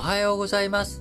はようございます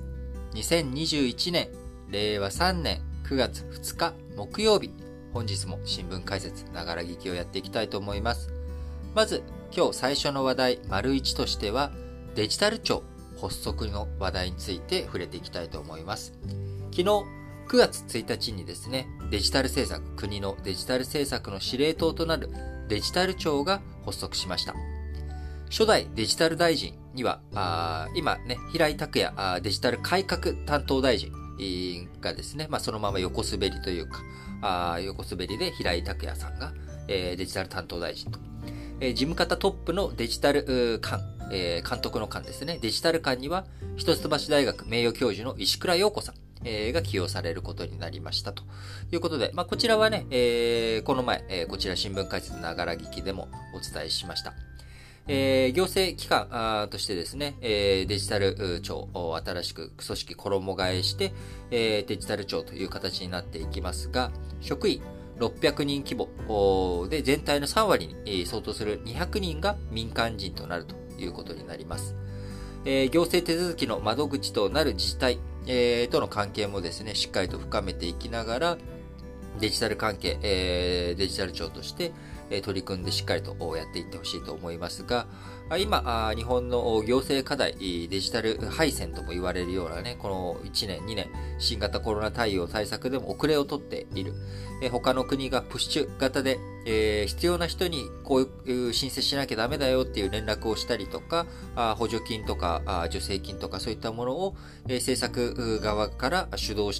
。2021年、令和3年9月2日木曜日、本日も新聞解説、ながら聞きをやっていきたいと思います。まず、今日最初の話題、丸1としては、デジタル庁発足の話題について触れていきたいと思います。昨日、9月1日にですね、デジタル政策、国のデジタル政策の司令塔となるデジタル庁が発足しました。初代デジタル大臣には、今ね、平井卓也デジタル改革担当大臣がですね、そのまま横滑りというか、横滑りで平井卓也さんが、デジタル担当大臣と。事務方トップのデジタル監督の官ですね。デジタル官には、一橋大学名誉教授の石倉洋子さん。が起用されることになりましたということで、こちらはね、この前、こちら新聞解説ながら聞きでもお伝えしました。行政機関としてですね、デジタル庁を新しく組織衣替えして、デジタル庁という形になっていきますが、職員600人規模で全体の3割に相当する200人が民間人となるということになります。行政手続きの窓口となる自治体、との関係もですね、しっかりと深めていきながら、デジタル関係、デジタル庁として取り組んでしっかりとやっていってほしいと思いますが、今、日本の行政課題、デジタル敗戦とも言われるようなね、この1年、2年、新型コロナ対応対策でも遅れをとっている。他の国がプッシュ型で、必要な人にこういう申請しなきゃダメだよっていう連絡をしたりとか、補助金とか助成金とかそういったものを、政策側から主導して、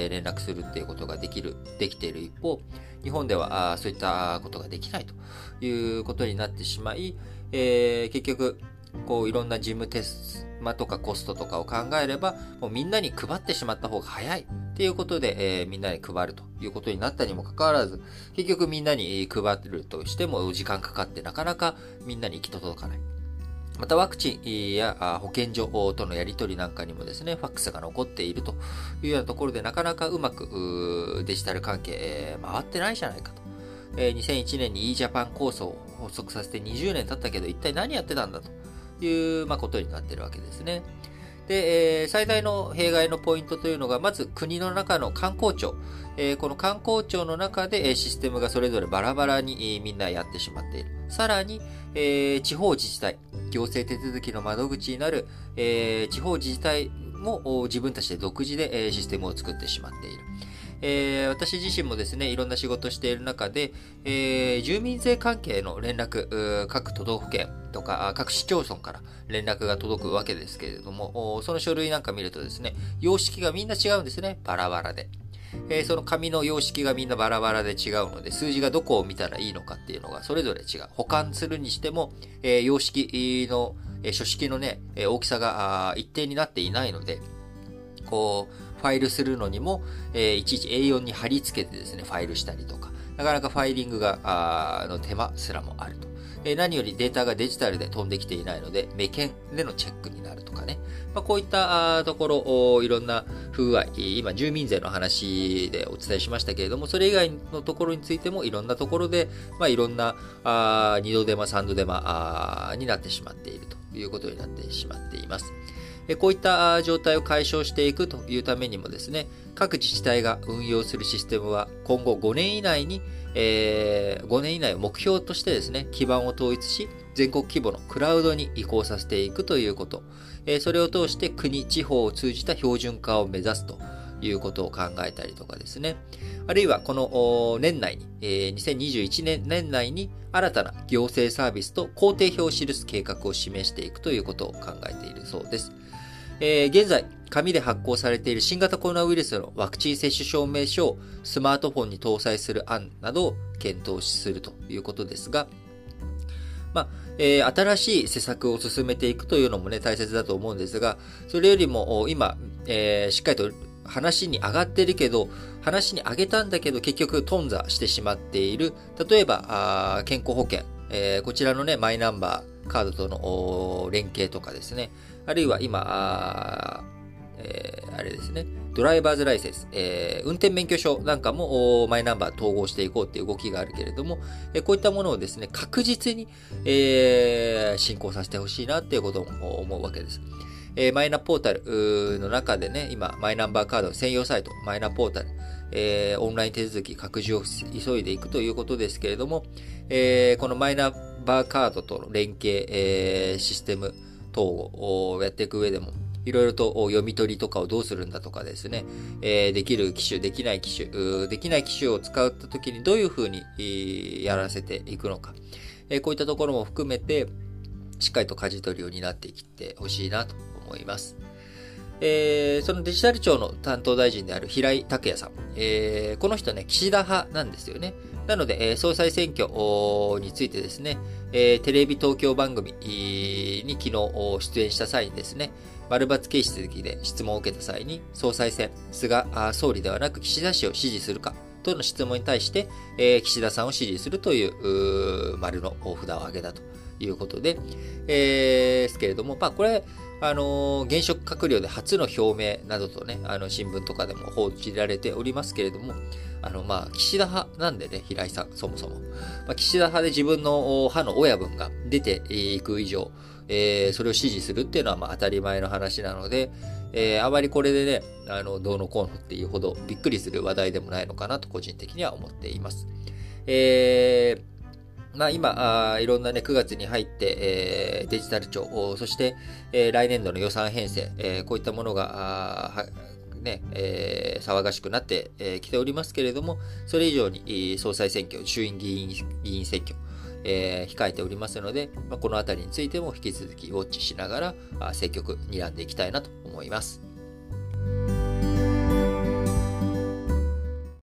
連絡するっていうことができている一方、日本ではそういったことができないということになってしまい、結局こういろんな事務手間とかコストとかを考えればもうみんなに配ってしまった方が早いっていうことで、みんなに配るということになったにもかかわらず、結局みんなに配るとしても時間かかってなかなかみんなに行き届かない。またワクチンや保健所とのやり取りなんかにもですね、ファックスが残っているというようなところでなかなかうまくデジタル関係回ってないじゃないかと。2001年に e-Japan 構想を発足させて20年経ったけど一体何やってたんだということになっているわけですね。で、最大の弊害のポイントというのが、まず国の中の観光庁。この観光庁の中でシステムがそれぞれバラバラにみんなやってしまっている。さらに、地方自治体、行政手続きの窓口になる、地方自治体も自分たちで独自でシステムを作ってしまっている。私自身もですね、いろんな仕事をしている中で、住民税関係の連絡、各都道府県とか各市町村から連絡が届くわけですけれども、その書類なんか見るとですね、様式がみんな違うんですね、バラバラで。その紙の様式がみんなバラバラで違うので、数字がどこを見たらいいのかっていうのがそれぞれ違う。保管するにしても、様式の、書式のね、大きさが一定になっていないので、こう、ファイルするのにも、いちいち A4 に貼り付けてですね、ファイルしたりとか、なかなかファイリングの手間すらもあると。何よりデータがデジタルで飛んできていないので、目検でのチェックになるとかね。こういったところ、いろんな不具合、今住民税の話でお伝えしましたけれども、それ以外のところについてもいろんなところで、いろんな二度手間、三度手間になってしまっているということになってしまっています。こういった状態を解消していくというためにもですね、各自治体が運用するシステムは今後5年以内を目標としてですね、基盤を統一し、全国規模のクラウドに移行させていくということ。それを通して国、地方を通じた標準化を目指すということを考えたりとかですね。あるいはこの年内に、2021年年内に新たな行政サービスと工程表を記す計画を示していくということを考えているそうです。現在、紙で発行されている新型コロナウイルスのワクチン接種証明書をスマートフォンに搭載する案などを検討するということですが、新しい施策を進めていくというのもね、大切だと思うんですが、それよりも今、しっかりと話に上がってるけど、話に上げたんだけど結局頓挫してしまっている、例えば健康保険、こちらのね、マイナンバーカードとの連携とかですね、あるいは今、あれですね、ドライバーズライセンス、運転免許証なんかもマイナンバー統合していこうっていう動きがあるけれども、こういったものをですね、確実に、進行させてほしいなっていうことを思うわけです。 マイナポータルの中でね、今、マイナンバーカードの専用サイト、マイナポータル、オンライン手続き拡充を急いでいくということですけれども、このマイナンバーカードとの連携、システム等をやっていく上でも、いろいろと読み取りとかをどうするんだとかですね、できる機種、できない機種、できない機種を使った時にどういうふうにやらせていくのか、こういったところも含めて、しっかりと舵取りを担っていってほしいなと思います。そのデジタル庁の担当大臣である平井卓也さん。この人ね、岸田派なんですよね。なので、総裁選挙についてですね、テレビ東京番組に昨日出演した際にですね、丸抜形式で質問を受けた際に、総裁選、菅総理ではなく岸田氏を支持するかとの質問に対して、岸田さんを支持するという丸の札を挙げたということで、ですけれども、これ、現職閣僚で初の表明などとね、新聞とかでも報じられておりますけれども、岸田派なんでね、平井さん、そもそも。岸田派で自分の派の親分が出ていく以上、それを支持するっていうのは当たり前の話なので、あまりこれでね、どうのこうのっていうほどびっくりする話題でもないのかなと個人的には思っています。今、いろんなね、9月に入って、デジタル庁、そして、来年度の予算編成、こういったものが、騒がしくなってきておりますけれども、それ以上に総裁選挙、衆院議員選挙、控えておりますので、このあたりについても引き続きウォッチしながら、積極睨んでいきたいなと思います。